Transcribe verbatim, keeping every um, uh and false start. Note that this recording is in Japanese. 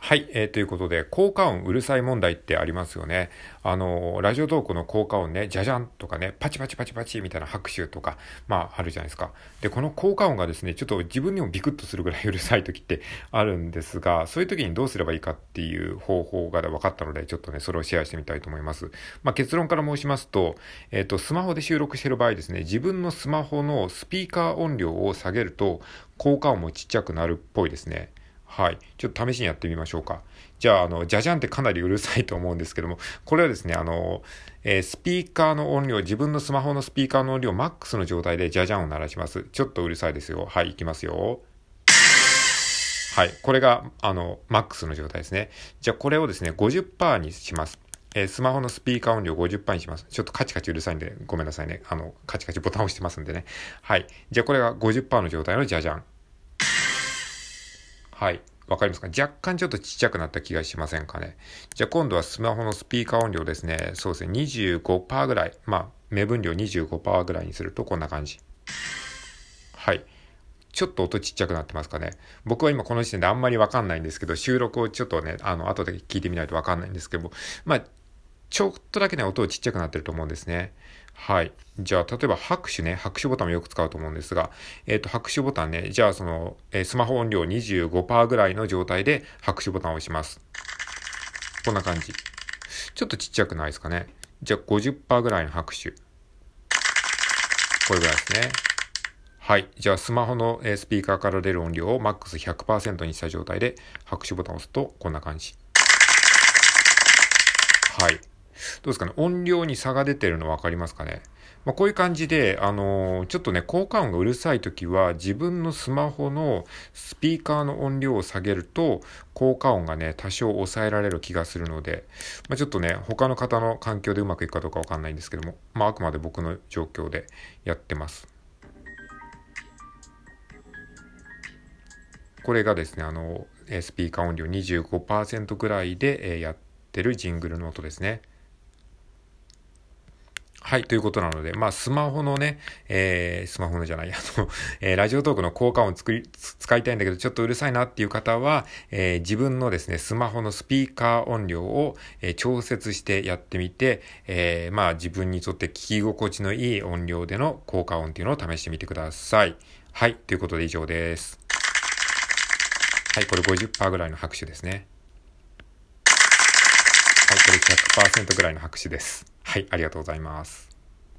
はい、えー、ということで、効果音うるさい問題ってありますよね。あの、ラジオトークの効果音ね、じゃじゃんとかね、パチパチパチパチみたいな拍手とか、まあ、あるじゃないですか。で、この効果音がですね、ちょっと自分にもビクッとするぐらいうるさい時ってあるんですが、そういう時にどうすればいいかっていう方法が分かったので、ちょっとね、それをシェアしてみたいと思います。まあ、結論から申しますと、えっと、スマホで収録している場合ですね、自分のスマホのスピーカー音量を下げると、効果音もちっちゃくなるっぽいですね。はい。ちょっと試しにやってみましょうか。じゃあ、あの、じゃじゃんってかなりうるさいと思うんですけども、これはですね、あの、えースピーカーの音量、自分のスマホのスピーカーの音量マックスの状態でじゃじゃんを鳴らします。ちょっとうるさいですよ。はい、いきますよ。はい。これが、あの、マックスの状態ですね。じゃあ、これをですね、ごじゅっパーセント にします。えースマホのスピーカー音量 ごじゅっパーセント にします。ちょっとカチカチうるさいんで、ごめんなさいね。あの、カチカチボタン押してますんでね。はい。じゃあ、これが ごじゅっパーセント の状態のじゃじゃん。はい。わかりますか？若干ちょっとちっちゃくなった気がしませんかね。じゃあ今度はスマホのスピーカー音量ですね。そうですね。にじゅうごパーセント ぐらい。まあ、目分量にじゅうごパーセントぐらいにするとこんな感じ。はい。ちょっと音ちっちゃくなってますかね。僕は今この時点であんまりわかんないんですけど、収録をちょっとね、あの、後で聞いてみないとわかんないんですけど、まあ、ちょっとだけね、音ちっちゃくなってると思うんですね。はい。じゃあ、例えば拍手ね、拍手ボタンもよく使うと思うんですが、えっと、拍手ボタンね、じゃあ、その、えースマホ音量にじゅうごパーセントぐらいの状態で拍手ボタンを押します。こんな感じ。ちょっとちっちゃくないですかね。じゃあ、ごじゅっパーセントぐらいの拍手。これぐらいですね。はい。じゃあ、スマホのえースピーカーから出る音量をマックスひゃくパーセントにした状態で拍手ボタンを押すと、こんな感じ。はい。どうですかね。音量に差が出てるの分かりますかね。まあ、こういう感じで、あのーちょっとね、効果音がうるさいときは、自分のスマホのスピーカーの音量を下げると、効果音がね、多少抑えられる気がするので、まあ、ちょっとね、他の方の環境でうまくいくかどうか分かんないんですけども、まあ、あくまで僕の状況でやってます。これがですね、あの、えースピーカー音量にじゅうごパーセントぐらいで、えーやってるジングルの音ですね。はい、ということなので、まあ、スマホのね、えー、スマホのじゃない、あの、えーラジオトークの効果音を作り、使いたいんだけど、ちょっとうるさいなっていう方は、えー自分のですね、スマホのスピーカー音量を、えー調節してやってみて、えーまあ、自分にとって聞き心地のいい音量での効果音っていうのを試してみてください。はい、ということで以上です。はい、これごじゅっパーセントぐらいの拍手ですね。はい、これひゃくパーセントぐらいの拍手です。はい、ありがとうございます。